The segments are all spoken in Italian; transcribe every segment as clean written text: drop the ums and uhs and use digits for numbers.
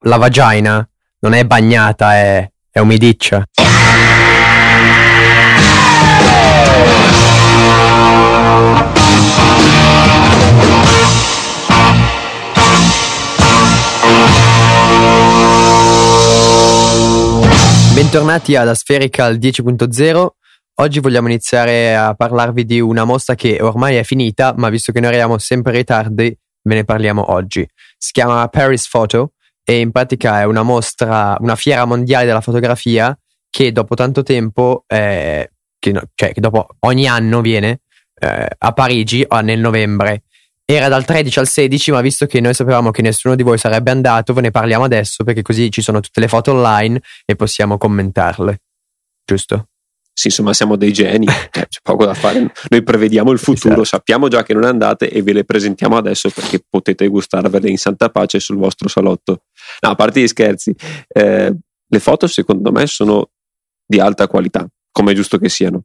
la vagina non è bagnata, è umidiccia. Bentornati ad Aspherical 10.0. Oggi vogliamo iniziare a parlarvi di una mostra che ormai è finita, ma visto che noi arriviamo sempre in ritardi, ve ne parliamo oggi. Si chiama Paris Photo e in pratica è una mostra, una fiera mondiale della fotografia che dopo tanto tempo, che dopo ogni anno viene a Parigi nel novembre. Era dal 13 al 16, ma visto che noi sapevamo che nessuno di voi sarebbe andato, ve ne parliamo adesso perché così ci sono tutte le foto online e possiamo commentarle. Giusto? Sì, insomma, siamo dei geni, c'è poco da fare. Noi prevediamo il futuro, esatto. Sappiamo già che non andate e ve le presentiamo adesso perché potete gustarvele in santa pace sul vostro salotto. No, a parte gli scherzi, le foto secondo me sono di alta qualità, come è giusto che siano.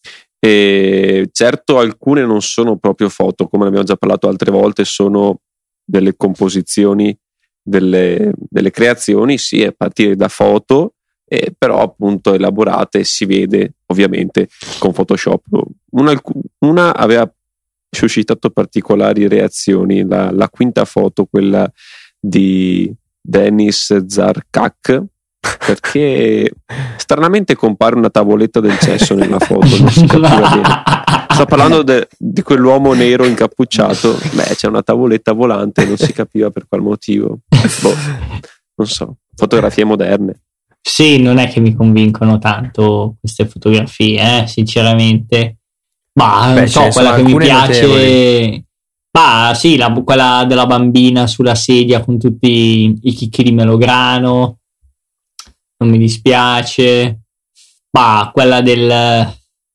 E certo alcune non sono proprio foto, come abbiamo già parlato altre volte, sono delle composizioni, delle creazioni, sì, a partire da foto, però appunto elaborate, si vede ovviamente con Photoshop. Una aveva suscitato particolari reazioni, la quinta foto, quella di Denis Zarkak, perché stranamente compare una tavoletta del cesso nella foto, non si capiva bene. Sto parlando di quell'uomo nero incappucciato, c'è una tavoletta volante, non si capiva per qual motivo. Non so, fotografie moderne. Sì, non è che mi convincono tanto queste fotografie, sinceramente. Non so, quella che mi piace notevoli. Sì, quella della bambina sulla sedia con tutti i chicchi di melograno, non mi dispiace. Quella della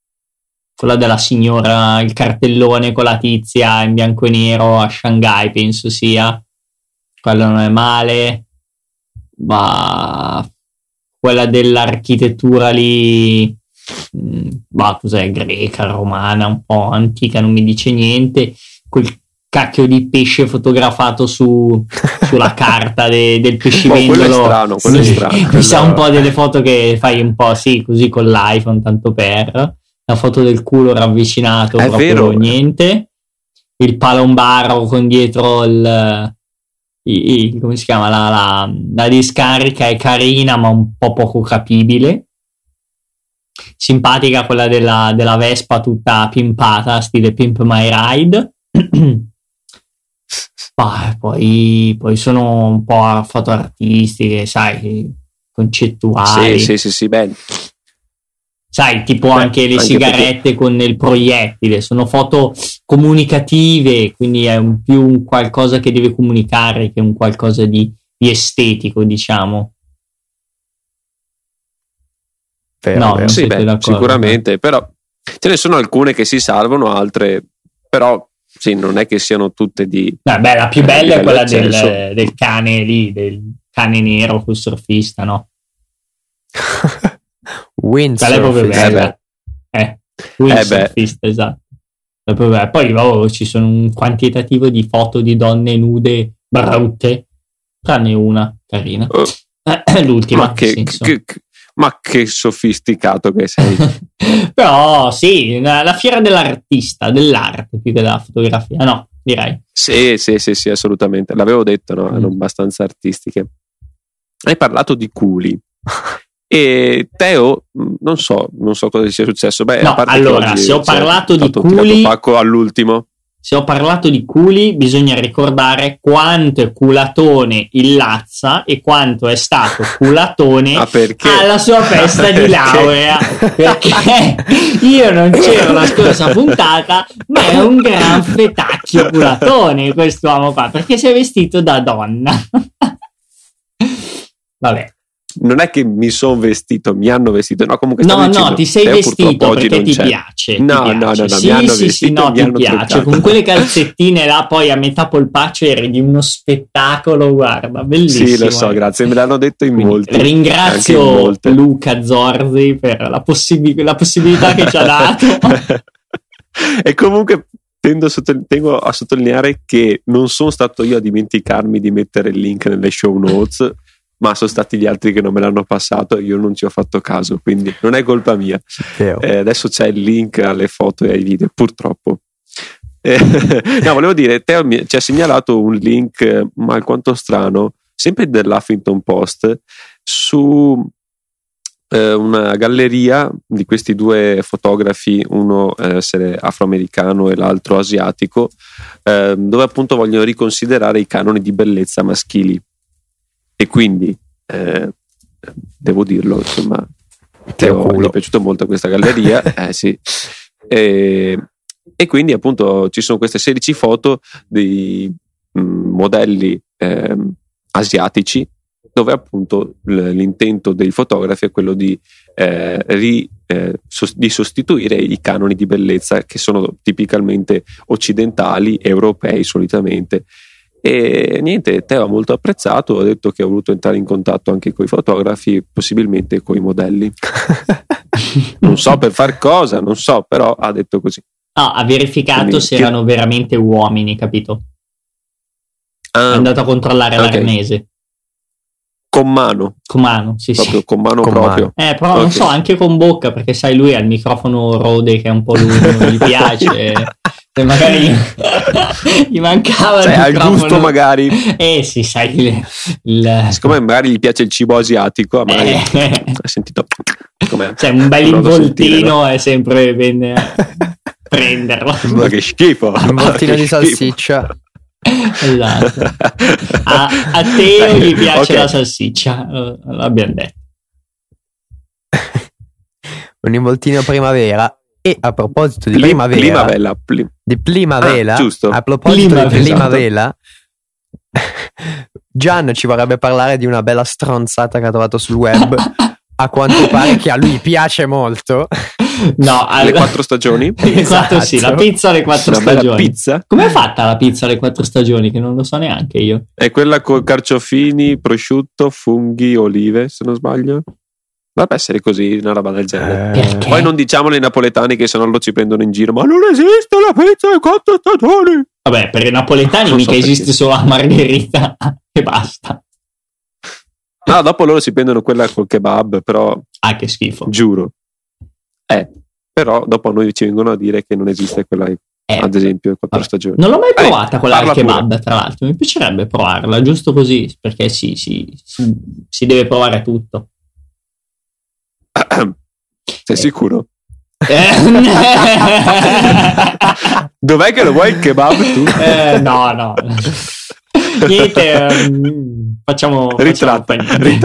signora, il cartellone con la tizia in bianco e nero a Shanghai, penso sia. Quella non è male. Quella dell'architettura lì, cos'è, greca, romana, un po' antica, non mi dice niente. Quel cacchio di pesce fotografato sulla carta del pescivendolo. Quello è strano. Mi sa un po' delle foto che fai un po' così con l'iPhone, tanto per. La foto del culo ravvicinato, è proprio vero. Niente. Il palombaro con dietro come si chiama, la discarica è carina ma un po' poco capibile. Simpatica quella della Vespa tutta pimpata, stile Pimp My Ride. Poi sono un po' foto artistiche, sai, concettuali. Sì, bene. Sai, tipo anche le sigarette perché con il proiettile, sono foto comunicative, quindi è più un qualcosa che deve comunicare che un qualcosa di estetico, diciamo. Vero. Sì, sicuramente, però ce ne sono alcune che si salvano, altre però sì, non è che siano tutte di... la più bella è quella del cane lì, del cane nero col surfista, no? Windsurfista. Quella è proprio bella. Windsurfista, esatto. Poi ci sono un quantitativo di foto di donne nude brutte, tranne una carina. L'ultima. Ma che sofisticato che sei. Però sì, la fiera dell'artista, dell'arte più che della fotografia, no, direi. Sì, assolutamente. L'avevo detto, no? Erano abbastanza artistiche. Hai parlato di culi. E Teo, non so cosa sia successo. Allora, se ho parlato di culi, pacco all'ultimo. Se ho parlato di culi, bisogna ricordare quanto è culatone il Lazza e quanto è stato culatone alla sua festa di laurea. Perché io non c'ero la scorsa puntata, ma è un gran fetacchio culatone quest'uomo qua, perché si è vestito da donna. Vabbè. Non è che mi sono vestito, mi hanno vestito, no, comunque ti sei vestito perché ti piace. No, mi hanno vestito, ti piace. truccato. Con quelle calzettine là, poi a metà polpaccio eri di uno spettacolo, guarda, bellissimo. Sì, lo so, grazie, me l'hanno detto in molti. Ringrazio Luca Zorzi per la possibilità che ci ha dato. E comunque tengo a sottolineare che non sono stato io a dimenticarmi di mettere il link nelle show notes. ma sono stati gli altri che non me l'hanno passato, io non ci ho fatto caso, quindi non è colpa mia. Adesso c'è il link alle foto e ai video, purtroppo. No, volevo dire, Teo ci ha segnalato un link ma alquanto strano, sempre dell'Huffington Post, su una galleria di questi due fotografi, uno essere afroamericano e l'altro asiatico, dove appunto vogliono riconsiderare i canoni di bellezza maschili. E quindi devo dirlo, insomma, Teo gli è piaciuta molto questa galleria. Sì. E quindi appunto ci sono queste 16 foto di modelli asiatici, dove appunto l'intento dei fotografi è quello di sostituire i canoni di bellezza che sono tipicalmente occidentali, europei solitamente. E niente, Teo ha molto apprezzato, ha detto che ha voluto entrare in contatto anche con i fotografi, possibilmente con i modelli. Non so per far cosa, non so, però ha detto così. No, ha verificato quindi, se erano veramente uomini, capito? È andato a controllare l'arnese. Con mano, sì, proprio, sì. Con mano proprio. Però non so, anche con bocca, perché sai, lui ha il microfono Rode che è un po' lungo, non gli piace. Se magari gli mancava il microfono. Al gusto magari. Sì, sai, siccome magari gli piace il cibo asiatico, magari ha sentito com'è. Cioè, un bel involtino è sempre ben prenderlo. Ma che schifo! Un involtino di salsiccia. Esatto. A Teo gli piace la salsiccia, l'abbiamo detto. Un involtino primavera. E a proposito di primavera, giusto. A proposito di primavera, Gian ci vorrebbe parlare di una bella stronzata che ha trovato sul web. A quanto pare che a lui piace molto. No, le 4 stagioni. Esatto, sì, la pizza alle 4 una stagioni. Bella pizza. Com'è fatta la pizza alle 4 stagioni? Che non lo so neanche io. È quella con carciofini, prosciutto, funghi, olive, se non sbaglio. Dovrebbe essere così, una roba del genere. Poi non diciamolo ai napoletani che sennò lo ci prendono in giro. Ma non esiste la pizza alle 4 stagioni. Vabbè, per i napoletani non mica esiste solo la margherita e basta. No, dopo loro si prendono quella col kebab, però. Ah, che schifo. Giuro. Però dopo a noi ci vengono a dire che non esiste quella, ad esempio, 4 stagioni. Non l'ho mai provata quella al kebab, pure. Tra l'altro. Mi piacerebbe provarla, giusto così, perché si deve provare tutto. Sei sicuro? Dov'è che lo vuoi il kebab tu? No. Niente, facciamo ritratta.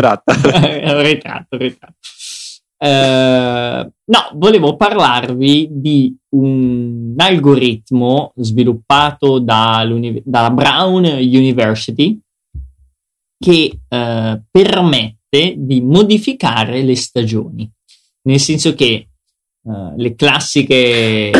No, volevo parlarvi di un algoritmo sviluppato dalla Brown University che permette di modificare le stagioni, nel senso che le classiche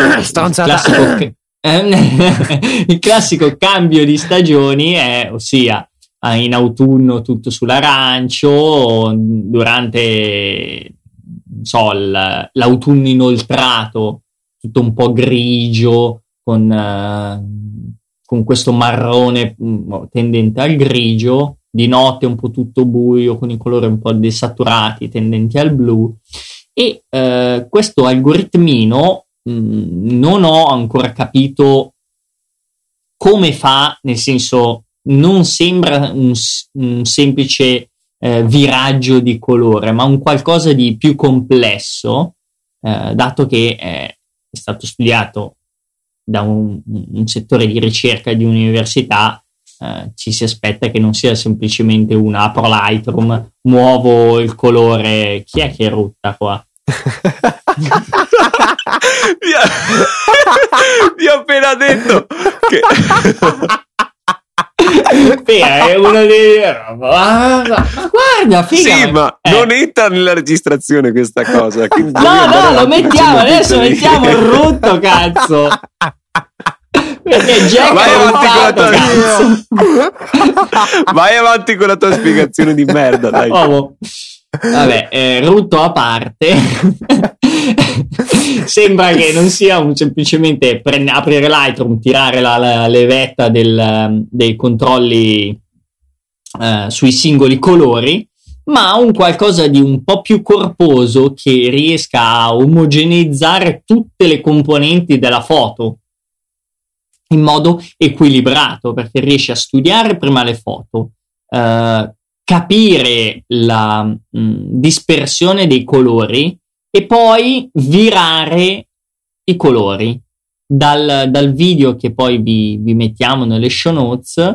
il classico cambio di stagioni è, ossia, in autunno tutto sull'arancio, durante l'autunno inoltrato tutto un po' grigio con questo marrone tendente al grigio, di notte un po' tutto buio con i colori un po' desaturati tendenti al blu. E questo algoritmino non ho ancora capito come fa, nel senso non sembra un semplice viraggio di colore, ma un qualcosa di più complesso, dato che è stato studiato da un settore di ricerca di un'università. Ci si aspetta che non sia semplicemente apro Lightroom, muovo il colore. Chi è che rutta qua? Vi ho appena detto che è uno dei ma guarda, figa. Sì, ma non entra nella registrazione questa cosa. No, lo mettiamo adesso, mettiamo il rutto, cazzo. Perché Jack vai avanti con la tua spiegazione di merda, dai. Vabbè, rutto a parte. Sembra che non sia semplicemente aprire Lightroom, tirare la levetta dei controlli sui singoli colori, ma un qualcosa di un po' più corposo che riesca a omogeneizzare tutte le componenti della foto in modo equilibrato, perché riesce a studiare prima le foto, capire la dispersione dei colori e poi virare i colori. Dal video che poi vi mettiamo nelle show notes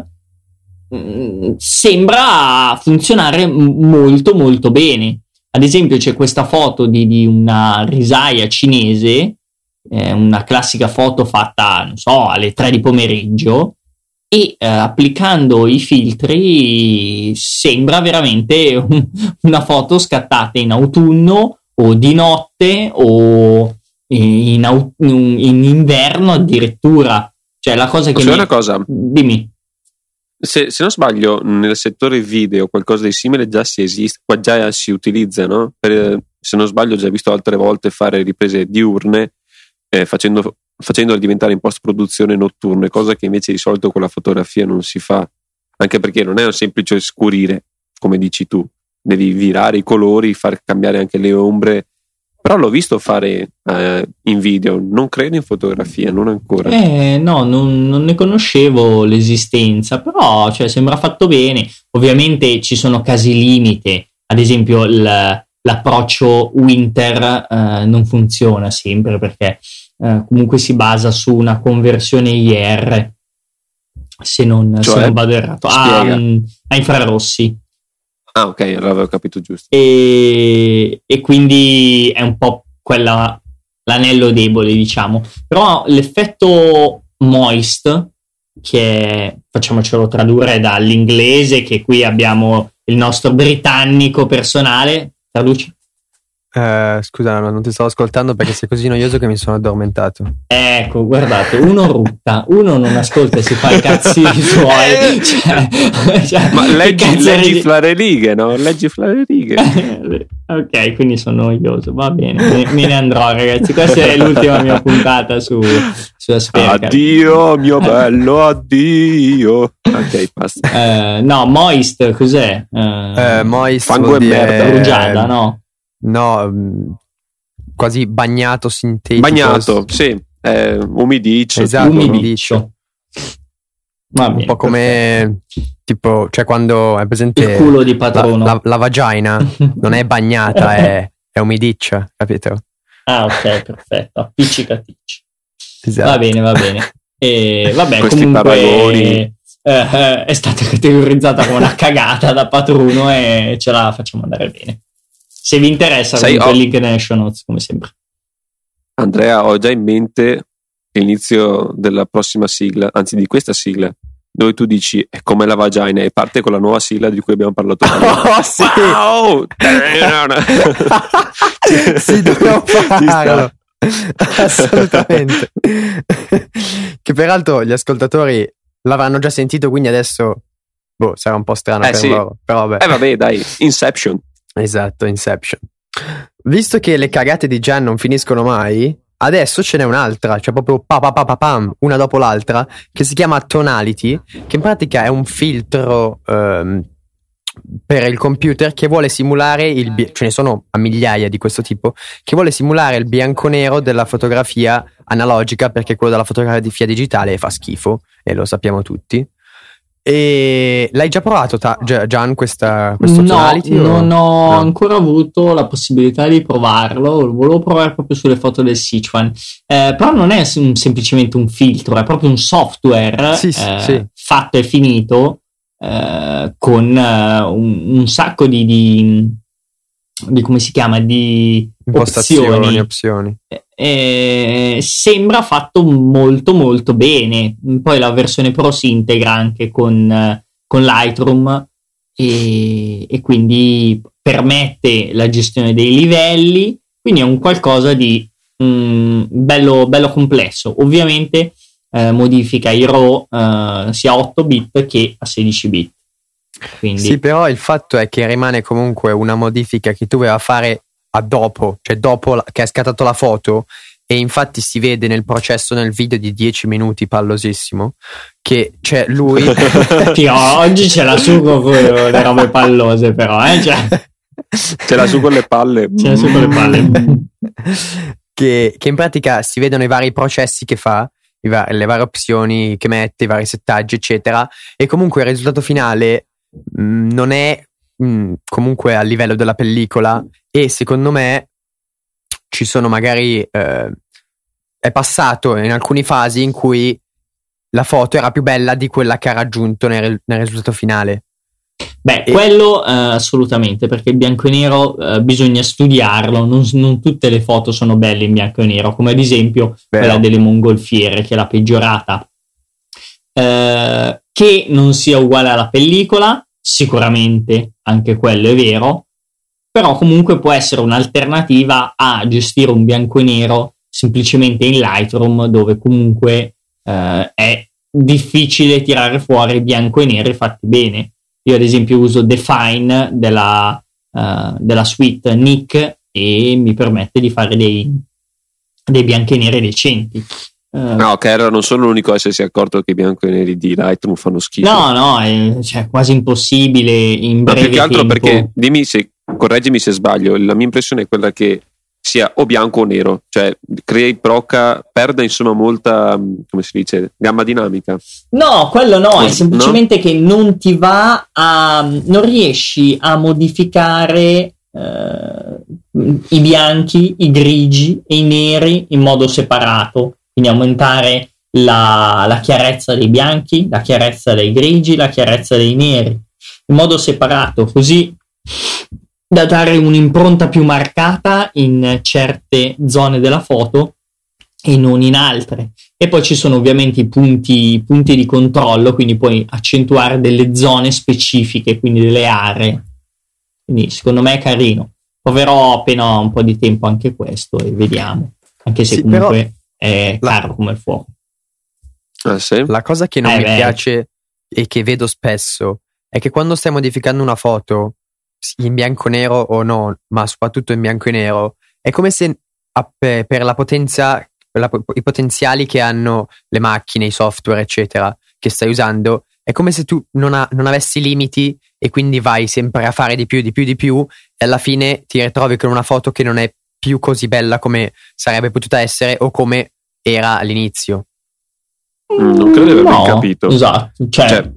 sembra funzionare molto molto bene. Ad esempio c'è questa foto di una risaia cinese, una classica foto fatta, non so, alle 3 di pomeriggio, e applicando i filtri sembra veramente una foto scattata in autunno o di notte o in inverno addirittura. Cioè la cosa che una cosa? Dimmi. Se non sbaglio, nel settore video qualcosa di simile già si utilizza, no? Se non sbaglio, ho già visto altre volte fare riprese diurne, facendole diventare in post-produzione notturne, cosa che invece di solito con la fotografia non si fa, anche perché non è un semplice scurire, come dici tu, devi virare i colori, far cambiare anche le ombre. Però l'ho visto fare in video, non credo in fotografia, non ancora. No, non ne conoscevo l'esistenza, però sembra fatto bene. Ovviamente ci sono casi limite, ad esempio l'approccio Winter non funziona sempre perché comunque si basa su una conversione IR, se non vado errato, a infrarossi. Ah, ok, allora avevo capito giusto. E quindi è un po' l'anello debole, diciamo. Però l'effetto moist, che facciamocelo tradurre dall'inglese, che qui abbiamo il nostro britannico personale, traduci? Scusa, non ti stavo ascoltando perché sei così noioso che mi sono addormentato. Ecco, guardate, uno rutta, uno non ascolta e si fa i cazzi suoi. Ma leggi fra le righe, no? Leggi fra le righe. Ok, quindi sono noioso, va bene, me ne andrò, ragazzi. Questa è l'ultima mia puntata sulla Spherical. Addio, mio bello, addio. Ok, basta. No, moist, cos'è? Moist fango e merda. Rugiada, no? No, quasi bagnato sintetico. Bagnato, sì, umidiccio. Esatto, umidiccio. Un po' come tipo, quando è presente il culo di patrono. La vagina non è bagnata, è umidiccia, capito? Ah, ok, perfetto. Appiccicaticci. Esatto. Va bene. E vabbè, questi comunque paragoni è stata categorizzata come una cagata da Patruno e ce la facciamo andare bene. Se vi interessa, comunque il link nelle show notes, come sempre. Andrea, ho già in mente l'inizio della prossima sigla, anzi di questa sigla, dove tu dici è come la vagina e parte con la nuova sigla di cui abbiamo parlato prima. Oh, sì! Wow! Sì, dobbiamo farlo. Assolutamente. Che peraltro gli ascoltatori l'avranno già sentito, quindi adesso sarà un po' strano per loro. Però vabbè. Vabbè, dai, Inception. Esatto, Inception. Visto che le cagate di Gian non finiscono mai, adesso ce n'è un'altra, cioè proprio pam, una dopo l'altra, che si chiama Tonality, che in pratica è un filtro per il computer che vuole simulare ce ne sono a migliaia di questo tipo, che vuole simulare il bianco-nero della fotografia analogica, perché quello della fotografia digitale fa schifo, e lo sappiamo tutti. E l'hai già provato Gian questo Tonality? Non ho ancora avuto la possibilità di provarlo. Volevo provare proprio sulle foto del Sichuan, però non è semplicemente un filtro, è proprio un software sì. fatto e finito con un sacco di come si chiama, di opzioni. Sembra fatto molto molto bene. Poi la versione Pro si integra anche con Lightroom e quindi permette la gestione dei livelli, quindi è un qualcosa di bello complesso. Ovviamente modifica i RAW sia a 8 bit che a 16 bit. Quindi... Sì, però il fatto è che rimane comunque una modifica che tu vai a fare a dopo, cioè dopo che hai scattato la foto, e infatti si vede nel processo, nel video di 10 minuti pallosissimo, che c'è lui oggi ce l'ha su con le robe pallose, però ce l'ha su con le palle, che in pratica si vedono i vari processi che fa, le varie opzioni che mette, i vari settaggi eccetera, e comunque il risultato finale non è comunque a livello della pellicola, e secondo me ci sono magari è passato in alcune fasi in cui la foto era più bella di quella che ha raggiunto nel risultato finale. Quello assolutamente, perché il bianco e nero bisogna studiarlo, non tutte le foto sono belle in bianco e nero, come ad esempio quella delle mongolfiere, che è la peggiorata. Che non sia uguale alla pellicola, sicuramente anche quello è vero, però comunque può essere un'alternativa a gestire un bianco e nero semplicemente in Lightroom, dove comunque è difficile tirare fuori bianco e nero fatti bene. Io ad esempio uso Define della suite Nik e mi permette di fare dei bianchi e neri decenti. No, che non sono l'unico a essersi accorto che i bianco e neri di Lightroom fanno schifo. No, è quasi impossibile in breve più che altro tempo. Perché, correggimi se sbaglio, la mia impressione è quella che sia o bianco o nero, cioè Create Proca perda insomma molta, come si dice, gamma dinamica. No, quello no, è semplicemente che non ti va non riesci a modificare i bianchi, i grigi e i neri in modo separato, quindi aumentare la chiarezza dei bianchi, la chiarezza dei grigi, la chiarezza dei neri in modo separato, così da dare un'impronta più marcata in certe zone della foto e non in altre. E poi ci sono ovviamente i punti di controllo, quindi puoi accentuare delle zone specifiche, quindi delle aree. Quindi secondo me è carino. Proverò appena un po' di tempo anche questo e vediamo, anche se comunque è caro come il fuoco. Sì. La cosa che non mi piace e che vedo spesso è che quando stai modificando una foto in bianco e nero o no, ma soprattutto in bianco e nero, è come se per la potenza, i potenziali che hanno le macchine, i software eccetera che stai usando, è come se tu non avessi limiti e quindi vai sempre a fare di più e alla fine ti ritrovi con una foto che non è più così bella come sarebbe potuta essere o come era all'inizio. Non credo di aver capito. Esatto,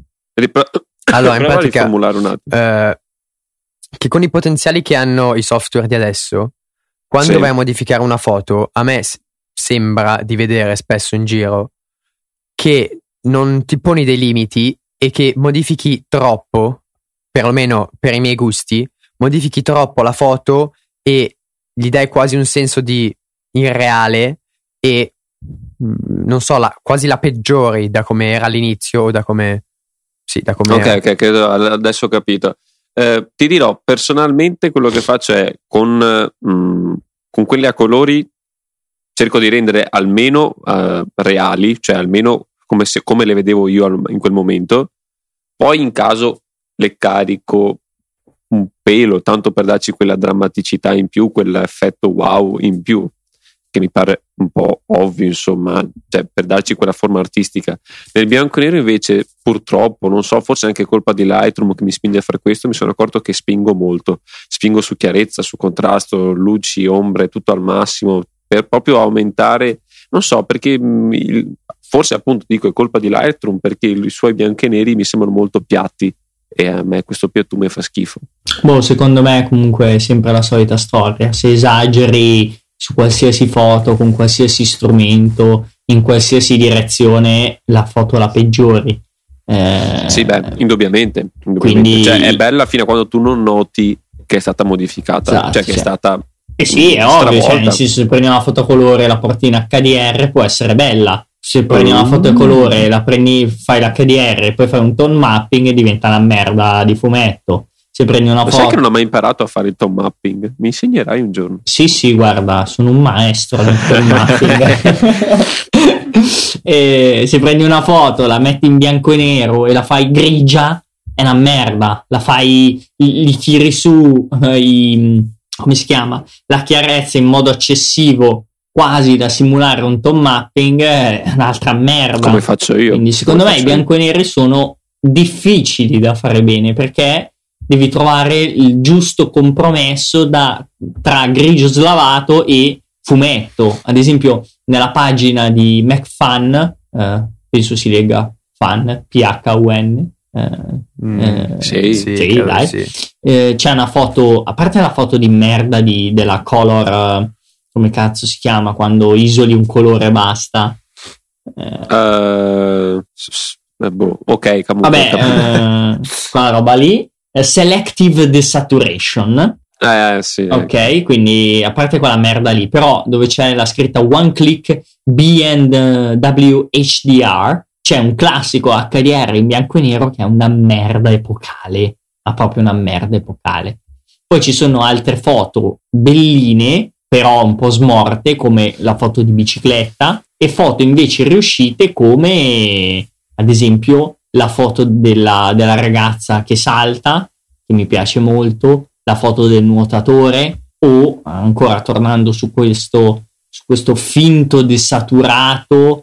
allora in pratica formulare un attimo. Che con i potenziali che hanno i software di adesso, quando vai a modificare una foto, a me sembra di vedere spesso in giro che non ti poni dei limiti e che modifichi troppo, perlomeno per i miei gusti, modifichi troppo la foto e gli dai quasi un senso di irreale e non so, quasi la peggiori da come era all'inizio o da come ok, credo adesso ho capito. Ti dirò, personalmente quello che faccio è con quelli a colori cerco di rendere almeno reali, cioè almeno come le vedevo io in quel momento. Poi in caso le carico un pelo, tanto per darci quella drammaticità in più, quell'effetto wow in più, che mi pare un po' ovvio, insomma, cioè per darci quella forma artistica. Nel bianco e nero invece, purtroppo, non so, forse è anche colpa di Lightroom che mi spinge a fare questo, mi sono accorto che spingo su chiarezza, su contrasto, luci, ombre, tutto al massimo, per proprio aumentare, non so, perché forse appunto dico è colpa di Lightroom, perché i suoi bianchi e neri mi sembrano molto piatti e a me questo piattume fa schifo. Secondo me comunque è sempre la solita storia, se esageri su qualsiasi foto, con qualsiasi strumento, in qualsiasi direzione, la foto la peggiori. Sì, indubbiamente. Quindi, cioè, è bella fino a quando tu non noti che è stata modificata, esatto, cioè che è stata sì, è ovvio, cioè, nel senso, se prendi una foto a colore e la porti in HDR può essere bella, se prendi una foto a colore, fai l'HDR e poi fai un tone mapping e diventa una merda di fumetto. Se prendi una foto... Sai che non ho mai imparato a fare il tone mapping? Mi insegnerai un giorno? Sì, guarda, sono un maestro del tone mapping. E se prendi una foto, la metti in bianco e nero e la fai grigia, è una merda. La fai, li tiri su come si chiama? La chiarezza in modo eccessivo quasi da simulare un tone mapping, è un'altra merda. Come faccio io? Quindi secondo me i bianco e neri sono difficili da fare bene, perché devi trovare il giusto compromesso tra grigio slavato e fumetto. Ad esempio nella pagina di McFun, penso si legga Fun, Phun, sì, dai. Sì. C'è una foto, a parte la foto di merda della Color, come cazzo si chiama quando isoli un colore e basta, ok, vabbè, quella roba lì, Selective Desaturation, sì, ok, quindi a parte quella merda lì, però dove c'è la scritta One Click B&W HDR c'è un classico HDR in bianco e nero che è una merda epocale, ma proprio una merda epocale. Poi ci sono altre foto belline, però un po' smorte, come la foto di bicicletta, e foto invece riuscite come, ad esempio, la foto della ragazza che salta, che mi piace molto, la foto del nuotatore, o ancora tornando su questo finto desaturato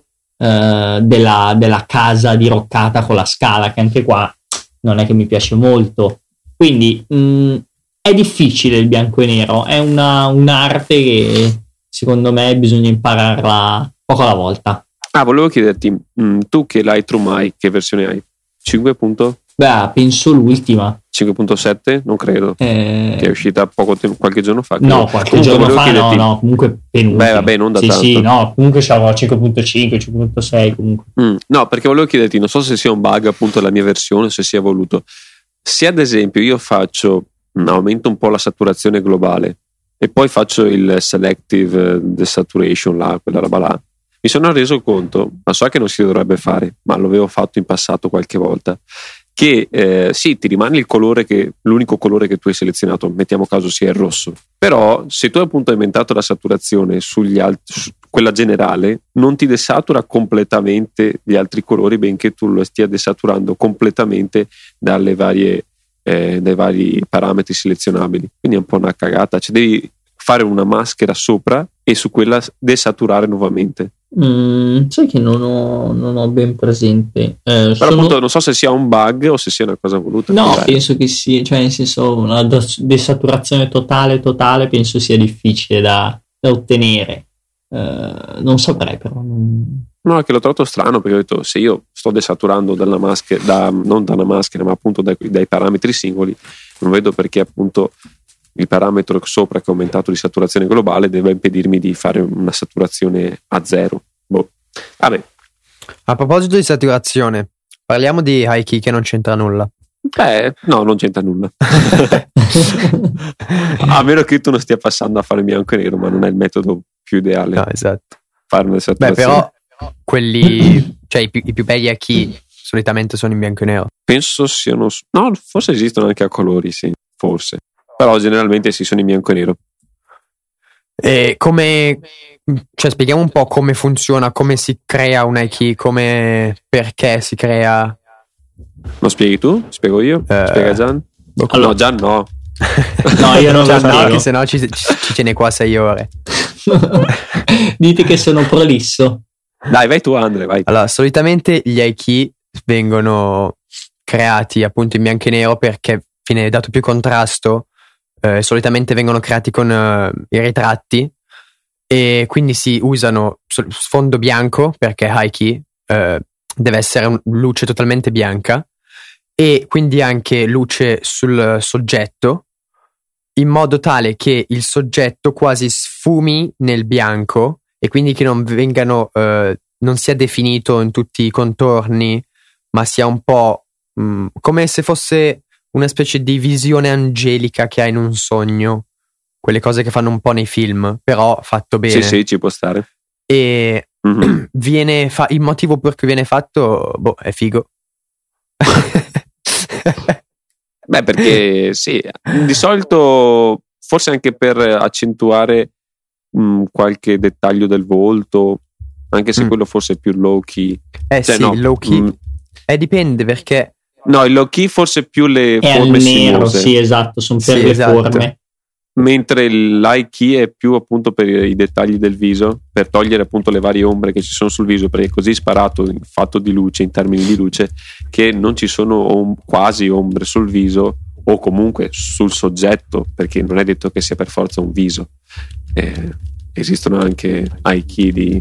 della casa diroccata con la scala, che anche qua non è che mi piace molto. Quindi è difficile il bianco e nero, è un'arte che secondo me bisogna impararla poco alla volta. Volevo chiederti, tu che Lightroom hai, che versione hai? 5. Beh, penso l'ultima. 5.7? Non credo. Che è uscita qualche giorno fa. No, qualche giorno fa no, comunque penultima. Beh, vabbè, non da tanto. Sì, no, comunque c'avevo 5.5, 5.6 comunque. No, perché volevo chiederti, non so se sia un bug appunto la mia versione, se sia voluto. Se ad esempio io aumento un po' la saturazione globale e poi faccio il selective desaturation, quella roba là, mi sono reso conto, ma so che non si dovrebbe fare, ma lo avevo fatto in passato qualche volta, che sì, ti rimane l'unico colore che tu hai selezionato, mettiamo caso sia il rosso, però se tu appunto hai aumentato la saturazione quella generale, non ti desatura completamente gli altri colori, benché tu lo stia desaturando completamente dai vari parametri selezionabili. Quindi è un po' una cagata, cioè devi fare una maschera sopra e su quella desaturare nuovamente. Sai che non ho ben presente, però appunto non so se sia un bug o se sia una cosa voluta. No, penso che sia, cioè nel senso, una desaturazione totale penso sia difficile da ottenere. Non saprei, però no, è che l'ho trovato strano, perché ho detto, se io sto desaturando dalla maschera, non da una maschera ma appunto dai parametri singoli, non vedo perché appunto il parametro sopra che ho aumentato di saturazione globale deve impedirmi di fare una saturazione a zero. Vabbè. A proposito di saturazione, parliamo di High-Key, che non c'entra nulla. No, non c'entra nulla. A meno che tu non stia passando a fare bianco e nero, ma non è il metodo più ideale. No, esatto. Fare una saturazione. Però quelli, cioè i più belli High-Key solitamente sono in bianco e nero. Penso siano, no, forse esistono anche a colori, sì, forse. Però generalmente sì, sono in bianco e nero. E cioè spieghiamo un po' come funziona, come si crea un High-Key, perché si crea. Lo spieghi tu? Spiego io? Spiega Gian? Allora. No, Gian no. No, io non lo spiego. Che sennò ci tiene qua 6 ore. Dite che sono prolisso. Dai, vai tu, Andre, vai. Allora, solitamente gli High-Key vengono creati appunto in bianco e nero perché viene dato più contrasto. Solitamente vengono creati con i ritratti, e quindi si usano sfondo bianco perché High-Key deve essere luce totalmente bianca, e quindi anche luce sul soggetto, in modo tale che il soggetto quasi sfumi nel bianco e quindi che non sia definito in tutti i contorni, ma sia un po' come se fosse una specie di visione angelica che hai in un sogno, quelle cose che fanno un po' nei film, però fatto bene. Sì, ci può stare. E il motivo per cui viene fatto, è figo. Beh, perché sì, di solito forse anche per accentuare qualche dettaglio del volto, anche se quello forse è più low key. Sì, no, low key. Dipende, perché no, il low key forse più le forme sinuose. Nero, sì, esatto, sono per le forme. mentre l'eye key è più appunto per i dettagli del viso, per togliere appunto le varie ombre che ci sono sul viso, perché è così sparato in fatto di luce, in termini di luce, che non ci sono quasi ombre sul viso o comunque sul soggetto, perché non è detto che sia per forza un viso. Esistono anche eye key di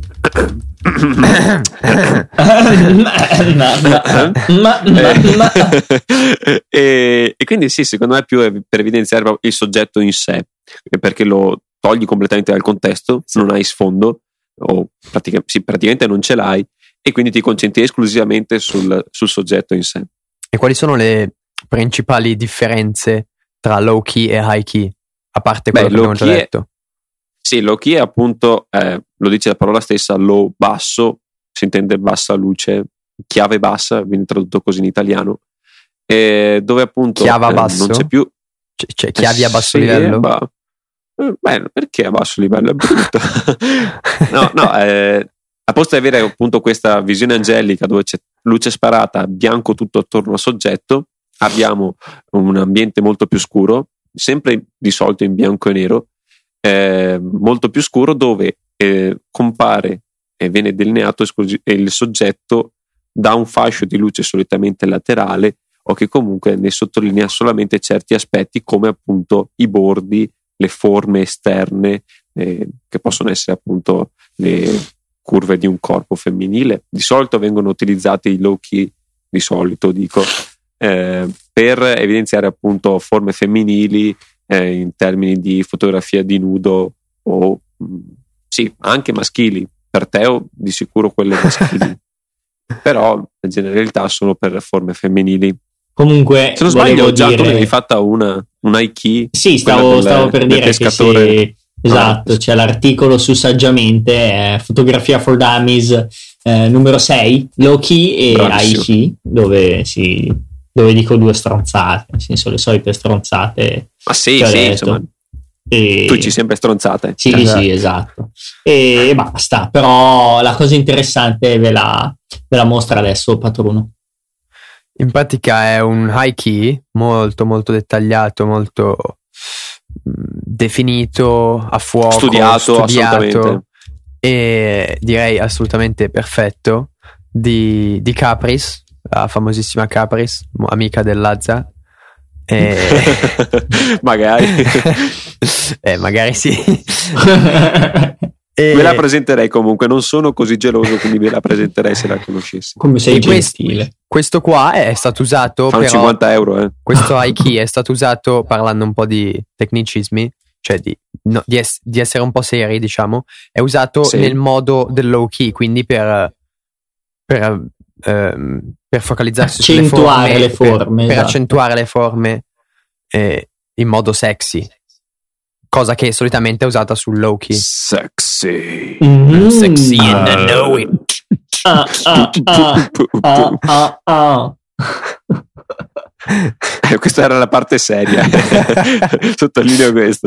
e quindi sì, secondo me più è per evidenziare il soggetto in sé, perché lo togli completamente dal contesto, non hai sfondo o praticamente non ce l'hai, e quindi ti concentri esclusivamente sul soggetto in sé. E quali sono le principali differenze tra low key e high key, a parte quello che abbiamo già detto? Sì, low key è appunto, lo dice la parola stessa, low, basso, si intende bassa luce, chiave bassa, viene tradotto così in italiano, dove appunto chiave a basso? Non c'è più... Cioè chiavi a basso livello? Beh, perché a basso livello? È brutto. A posto di avere appunto questa visione angelica dove c'è luce sparata, bianco tutto attorno al soggetto, abbiamo un ambiente molto più scuro, sempre di solito in bianco e nero, molto più scuro, dove compare e viene delineato il soggetto da un fascio di luce solitamente laterale, o che comunque ne sottolinea solamente certi aspetti, come appunto i bordi, le forme esterne, che possono essere appunto le curve di un corpo femminile. Di solito vengono utilizzati i low key, di solito dico, per evidenziare appunto forme femminili, in termini di fotografia di nudo o sì, anche maschili. Per Teo di sicuro quelle maschili, però in generalità sono per forme femminili. Comunque, se non sbaglio, già tu ne hai fatta un eye key. Sì, stavo per dire che sì, esatto, c'è l'articolo su Saggiamente, fotografia for dummies, numero 6, low key e high key, dove dico due stronzate, nel senso le solite stronzate. Ma sì, insomma, tu ci sempre stronzate. Sì, esatto. E basta, però la cosa interessante ve la mostra adesso Patruno. In pratica è un high key molto molto dettagliato, molto definito, a fuoco, studiato assolutamente, e direi assolutamente perfetto, di Caprice, la famosissima Caprice, amica dell'Azza. Magari magari sì. Me la presenterei comunque, non sono così geloso, quindi me la presenterei se la conoscessi. Come sei gentile. Questo qua è stato usato, fanno però, 50 euro. Questo high key è stato usato, parlando un po' di tecnicismi, cioè di essere un po' seri, diciamo, è usato nel modo del low key, quindi per focalizzarsi sulle forme, per accentuare le forme in modo sexy, cosa che solitamente è usata sul low key. Sexy sexy and I know it. Questa era la parte seria. Sottolineo questo.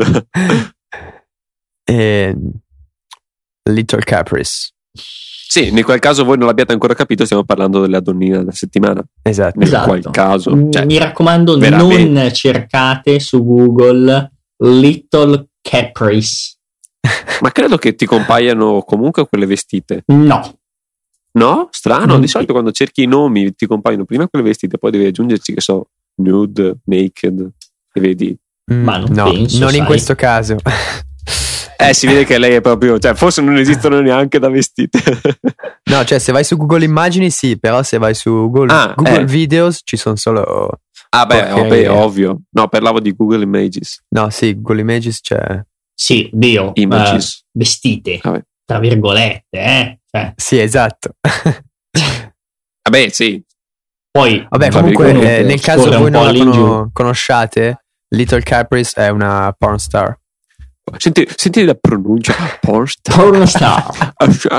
Little Caprice. Sì, nel qual caso voi non l'abbiate ancora capito, stiamo parlando della donnina della settimana. Esatto. Nel qual caso, mi raccomando, non cercate su Google Little Caprice. Ma credo che ti compaiano comunque quelle vestite. No? Strano, di solito quando cerchi i nomi ti compaiono prima quelle vestite, poi devi aggiungerci, che so, nude, naked, e vedi. Ma non penso, non in questo caso. Si vede che lei è proprio, cioè forse non esistono neanche da vestite. No, cioè se vai su Google Immagini sì, però se vai su Google Videos ci sono solo ovvio. No, parlavo di Google Images. No, sì, Google Images c'è. Sì, Images. Vestite, tra virgolette, cioè. Sì, esatto. Vabbè, sì. Poi comunque nel caso voi non la conosciate, Little Caprice è una porn star. Senti la pronuncia. Pornstar.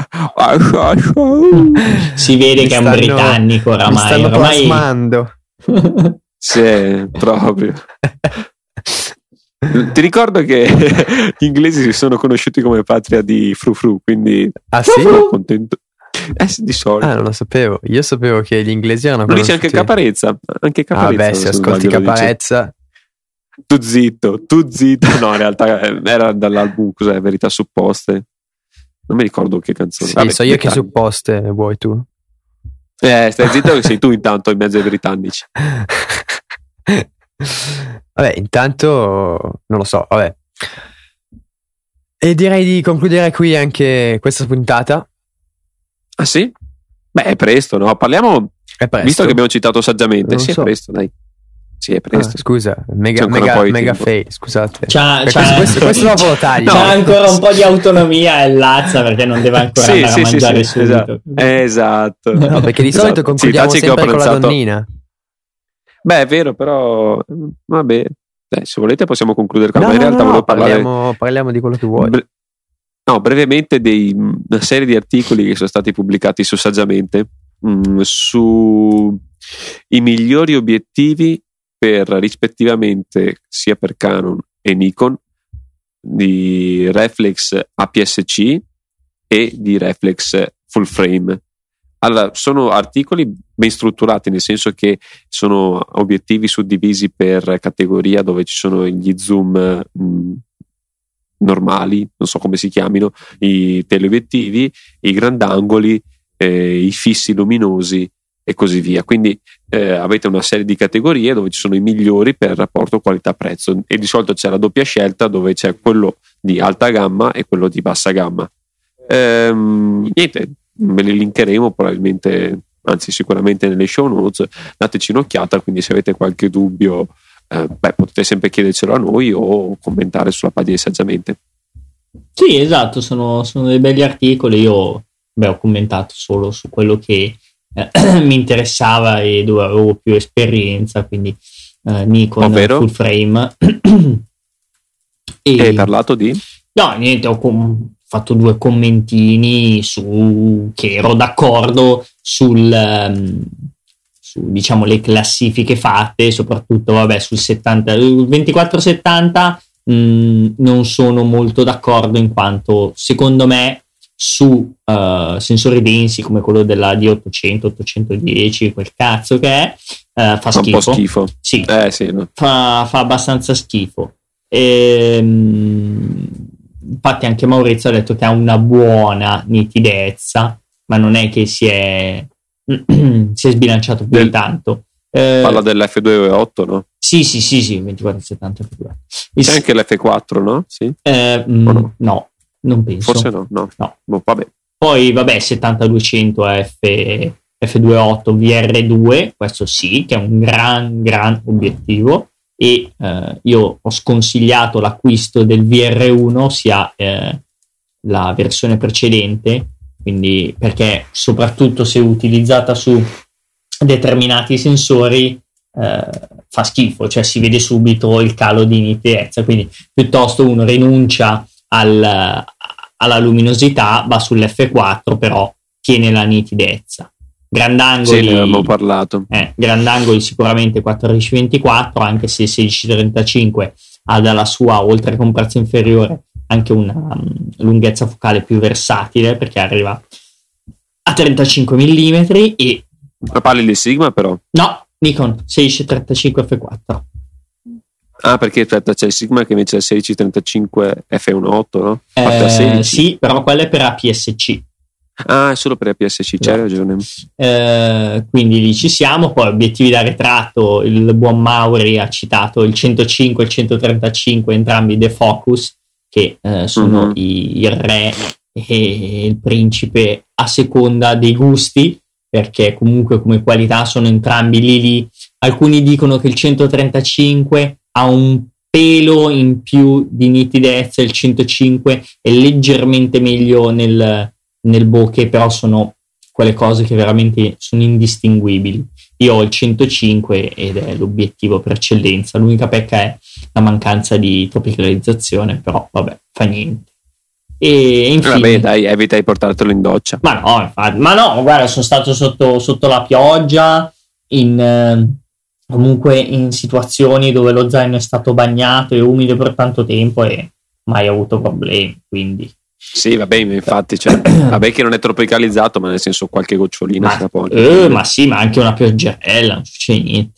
Si vede che è un britannico oramai. Mi stanno plasmando. Sì, proprio. Ti ricordo che gli inglesi si sono conosciuti come patria di frufru, quindi sono contento. Di solito. Non lo sapevo. Io sapevo che gli inglesi erano conosciuti. Lo dice anche Caparezza. Vabbè, se ascolti Caparezza. Tu zitto. No, in realtà era dall'album, cos'è? Verità supposte. Non mi ricordo che canzone. Sì, vabbè, so io che supposte vuoi tu. Stai zitto che sei tu intanto in mezzo ai britannici. Vabbè, intanto non lo so, vabbè. E direi di concludere qui anche questa puntata. Ah sì? Beh, è presto, no? Parliamo. È presto. Visto che abbiamo citato saggiamente, sì, è presto, dai. Sì, è presto. Scusa, mega fail, scusate. Questo dopo lo taglio. C'ha ancora un po' di autonomia e Lazza perché non deve ancora andare a mangiare subito. Esatto. No, perché di solito concludiamo sempre con la donnina. Beh, è vero, però vabbè. Se volete possiamo concludere qua. No, in realtà volevo parliamo di quello che vuoi. Brevemente una serie di articoli che sono stati pubblicati su Saggiamente su i migliori obiettivi per rispettivamente sia per Canon e Nikon di reflex APS-C e di reflex full frame. Allora, sono articoli ben strutturati, nel senso che sono obiettivi suddivisi per categoria, dove ci sono gli zoom normali, non so come si chiamino, i teleobiettivi, i grandangoli, i fissi luminosi e così via. Quindi avete una serie di categorie dove ci sono i migliori per rapporto qualità-prezzo, e di solito c'è la doppia scelta dove c'è quello di alta gamma e quello di bassa gamma. Niente, ve li linkeremo probabilmente, anzi sicuramente nelle show notes, dateci un'occhiata, quindi se avete qualche dubbio potete sempre chiedercelo a noi o commentare sulla pagina di Saggiamente. Sì, esatto, sono dei belli articoli. Io ho commentato solo su quello che mi interessava e dove avevo più esperienza, quindi Nikon full frame. E hai parlato di? No, niente, ho fatto 2 commentini che ero d'accordo su diciamo le classifiche fatte, soprattutto sul 24-70 non sono molto d'accordo, in quanto secondo me su sensori densi come quello della D800, 810, quel cazzo che è, fa schifo. Un po' schifo. Sì, sì, no? fa abbastanza schifo. Infatti anche Maurizio ha detto che ha una buona nitidezza, ma non è che si è sbilanciato più di tanto. Parla dell'F2.8, no? Sì, 24-70 F2. C'è anche l'F4, no? Sì? No, non penso. Forse no. Vabbè. Poi 70-200 F2.8 VR2, questo sì, che è un gran obiettivo. E io ho sconsigliato l'acquisto del VR1, sia la versione precedente, quindi perché soprattutto se utilizzata su determinati sensori fa schifo, cioè si vede subito il calo di nitidezza, quindi piuttosto uno rinuncia alla luminosità, va sull'F4, però tiene la nitidezza. Grandangoli, sì, ne abbiamo parlato. Grandangoli sicuramente 14-24, anche se 16-35 ha dalla sua, oltre che un prezzo inferiore, anche una lunghezza focale più versatile, perché arriva a 35 mm. E ma parli di Sigma, però? No, Nikon 16-35 F4. Ah, perché aspetta, c'è il Sigma che invece è 16-35 F1.8, no? Sì, però quella è per APS-C. Ah, è solo per APS-C, c'hai ragione. Quindi lì ci siamo. Poi obiettivi da ritratto, il buon Mauri ha citato il 105 e il 135, entrambi defocus, che sono il re e il principe a seconda dei gusti, perché comunque come qualità sono entrambi lì. Alcuni dicono che il 135 ha un pelo in più di nitidezza, il 105 è leggermente meglio nel bokeh, però sono quelle cose che veramente sono indistinguibili. Io ho il 105 ed è l'obiettivo per eccellenza. L'unica pecca è la mancanza di tropicalizzazione, però vabbè, fa niente. E infine, vabbè, dai, evita di portartelo in doccia. Ma no, guarda, sono stato sotto la pioggia, comunque in situazioni dove lo zaino è stato bagnato e umido per tanto tempo e mai avuto problemi, quindi sì, vabbè, infatti, vabbè che non è tropicalizzato, ma nel senso qualche gocciolina ma sì, ma anche una pioggerella, non succede niente.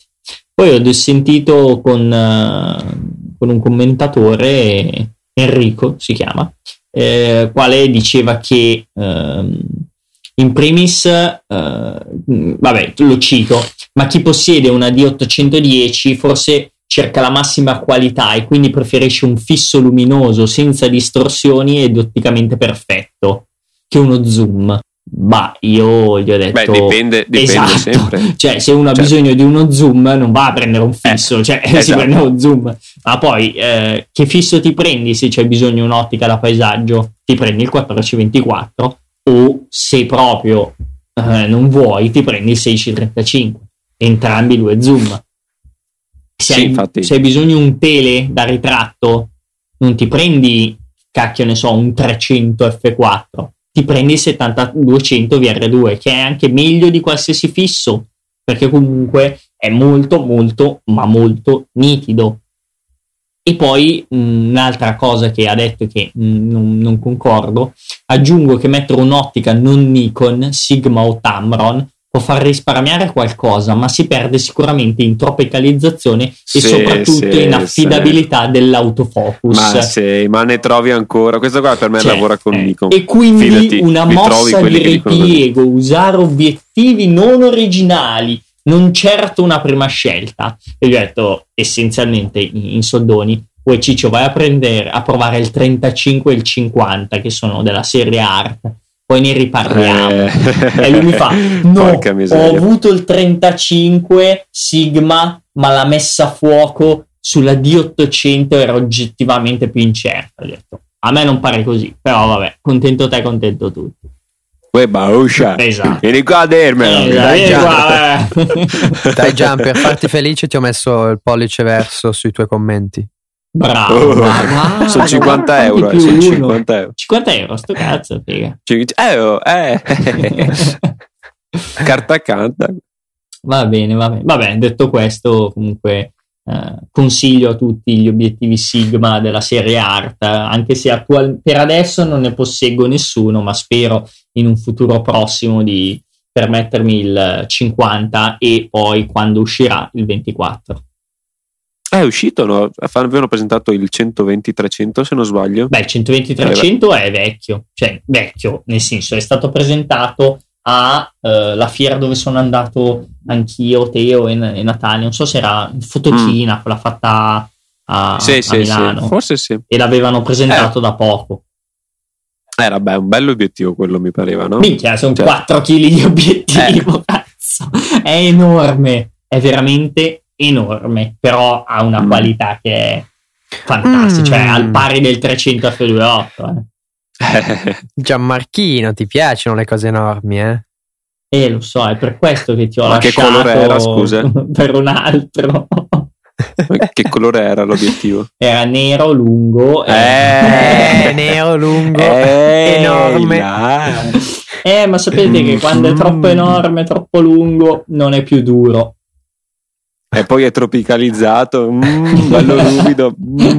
Poi ho sentito con un commentatore, Enrico si chiama, quale diceva che in primis, vabbè, lo cito, ma chi possiede una D810 forse cerca la massima qualità e quindi preferisce un fisso luminoso senza distorsioni ed otticamente perfetto che uno zoom. Ma io gli ho detto, dipende esatto, sempre. Cioè, se uno ha bisogno di uno zoom non va a prendere un fisso, si prende uno zoom. Ma poi che fisso ti prendi se c'hai bisogno di un'ottica da paesaggio? Ti prendi il 14-24 o se proprio non vuoi ti prendi il 16-35, entrambi due zoom. Se hai bisogno di un tele da ritratto non ti prendi, cacchio ne so, un 300 f4, ti prendi il 70-200 VR2, che è anche meglio di qualsiasi fisso, perché comunque è molto molto ma molto nitido. E poi un'altra cosa che ha detto che non concordo, aggiungo che mettere un'ottica non Nikon, Sigma o Tamron può far risparmiare qualcosa, ma si perde sicuramente in tropicalizzazione e soprattutto in affidabilità dell'autofocus. Ma ne trovi ancora? Questo qua per me lavora con Nikon. E quindi fidati, una mossa di ripiego, usare obiettivi non originali, non certo una prima scelta. E gli ho detto essenzialmente in soldoni: poi Ciccio, vai a provare il 35 e il 50 che sono della serie Art, poi ne riparliamo. E lui mi fa: no, ho avuto il 35 Sigma, ma la messa a fuoco sulla D800 era oggettivamente più incerta. Ho detto, a me non pare così, però vabbè, contento te, contento tutti. Uè Bauscia, esatto. Vieni qua a dirmelo. Dai Gian, per farti felice ti ho messo il pollice verso sui tuoi commenti. Bravo, sono 50 euro. 50 euro, sto cazzo, figa. Carta accanto. Va bene. Vabbè, detto questo, comunque consiglio a tutti gli obiettivi Sigma della serie Art, anche se per adesso non ne posseggo nessuno, ma spero in un futuro prossimo di permettermi il 50 e poi quando uscirà il 24. È uscito, no? Avevano presentato il 120-300 se non sbaglio. Beh, il 120-300 è vecchio, cioè vecchio nel senso è stato presentato la fiera dove sono andato anch'io, Teo e Natalia, non so se era in Fotochina, quella fatta a Milano. Sì. Forse sì. E l'avevano presentato da poco. Era un bello obiettivo quello, mi pareva, no? Minchia, sono 4 kg di obiettivo, cazzo. È enorme, è veramente enorme, però ha una qualità che è fantastica, cioè al pari del 300 f2.8. Gianmarchino, ti piacciono le cose enormi, eh? Lo so, è per questo che ti ho lasciato. Che colore era, scusa? Per un altro. Che colore era l'obiettivo? Era nero lungo. Nero lungo, enorme. Ma sapete che quando è troppo enorme, troppo lungo, non è più duro. E poi è tropicalizzato, bello ruvido.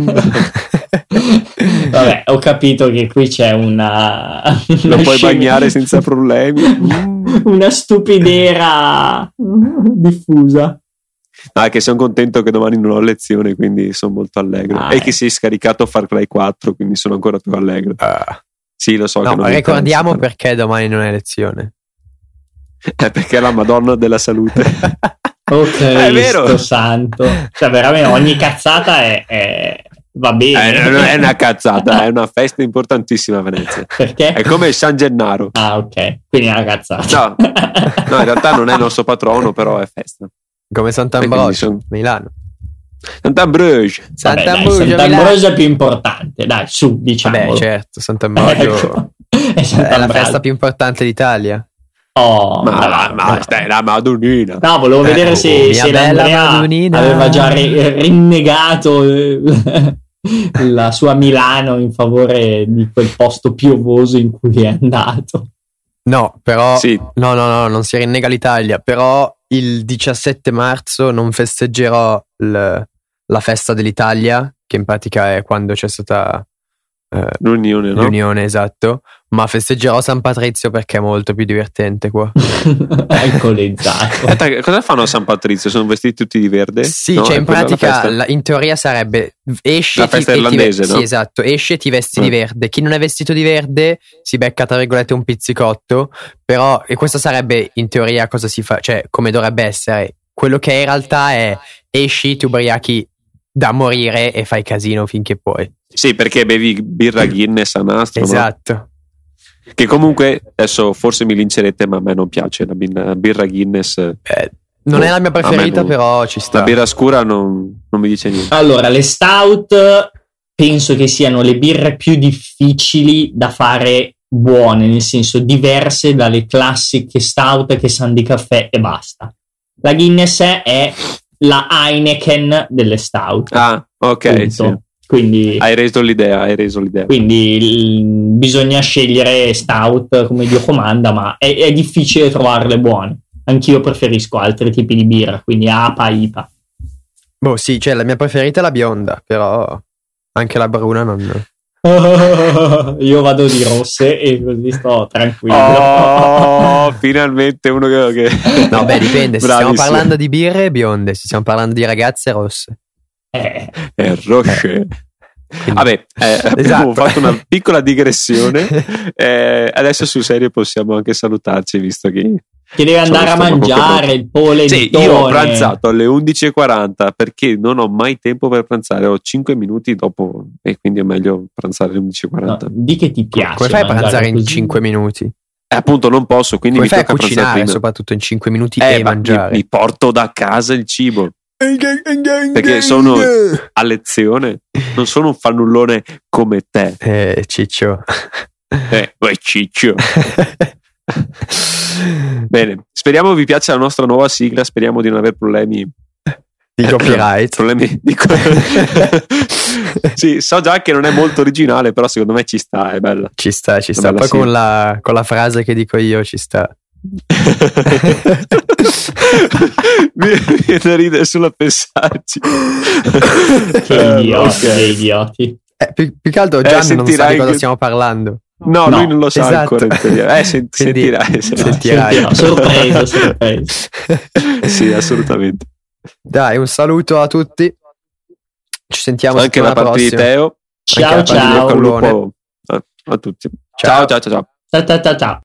Vabbè, ho capito che qui c'è lo puoi bagnare senza problemi. Una stupidera diffusa. Che sono contento che domani non ho lezione, quindi sono molto allegro. E che si è scaricato Far Cry 4, quindi sono ancora più allegro. Sì, lo so. No, che non ricordiamo perché domani non è lezione. Perché è la Madonna della salute. Ok, è vero. Santo. Cioè, veramente ogni cazzata va bene. Non è una cazzata, è una festa importantissima a Venezia. Perché? È come San Gennaro. Ok, quindi è una cazzata. No, in realtà non è il nostro patrono, però è festa. Come Sant'Ambrogio, Milano. Sant'Ambrogio è più importante, dai, su, diciamo. Vabbè, certo, Sant'Ambrogio è la festa più importante d'Italia. Ma stai la Madonnina. No, volevo vedere se l'Andrea aveva già rinnegato la sua Milano in favore di quel posto piovoso in cui è andato. No, però sì. No, non si rinnega l'Italia, però il 17 marzo non festeggerò la festa dell'Italia, che in pratica è quando c'è stata l'Unione, no? L'Unione, esatto. Ma festeggerò San Patrizio perché è molto più divertente qua. Alcolizzato. Cosa fanno a San Patrizio? Sono vestiti tutti di verde? Sì, no, cioè in pratica in teoria sarebbe esci la festa irlandese, no? Sì, esatto, esci e ti vesti di verde. Chi non è vestito di verde si becca tra virgolette un pizzicotto, però e questo sarebbe in teoria cosa si fa, cioè come dovrebbe essere. Quello che in realtà è esci, ti ubriachi da morire e fai casino finché puoi. Sì, perché bevi birra Guinness a nastro, esatto. No? Che comunque adesso forse mi lincerete, ma a me non piace la birra Guinness. Non è la mia preferita, però ci sta. La birra scura non mi dice niente. Allora, le stout penso che siano le birre più difficili da fare buone, nel senso diverse dalle classiche stout che sanno di caffè e basta. La Guinness è la Heineken delle stout. Ah, ok, sì. Quindi hai reso l'idea. Quindi bisogna scegliere stout come Dio comanda, ma è difficile trovarle buone. Anch'io preferisco altri tipi di birra, quindi APA, IPA. Boh, sì, cioè la mia preferita è la bionda, però anche la bruna non... Io vado di rosse e così sto tranquillo. Oh, finalmente uno che... No, beh, dipende, se stiamo parlando di birre bionde, se stiamo parlando di ragazze rosse. Roche. Vabbè, abbiamo fatto una piccola digressione. Adesso sul serio possiamo anche salutarci, visto che deve andare a mangiare il polentone. Sì, io ho pranzato alle 11:40 perché non ho mai tempo per pranzare, ho 5 minuti dopo e quindi è meglio pranzare alle 11:40. No, di che ti piace? Come fai a pranzare in 5 minuti? Appunto non posso, quindi come mi fai tocca a cucinare prima. Soprattutto in 5 minuti e mangiare. Mi porto da casa il cibo. Perché sono a lezione, non sono un fannullone come te. Ciccio. Ciccio. Bene, speriamo vi piaccia la nostra nuova sigla, speriamo di non avere problemi di copyright. Sì, so già che non è molto originale, però secondo me ci sta, è bella. Ci sta. Poi con la frase che dico io ci sta. Mi viene a ridere solo a pensarci. Che idioti. Più che altro Gianni non sa di cosa stiamo parlando. No, lui non lo sa ancora. Sentirai. Sorpresa. Sì, assolutamente. Dai, un saluto a tutti. Ci sentiamo anche da parte di Teo. Ciao. A tutti. Ciao. Ciao.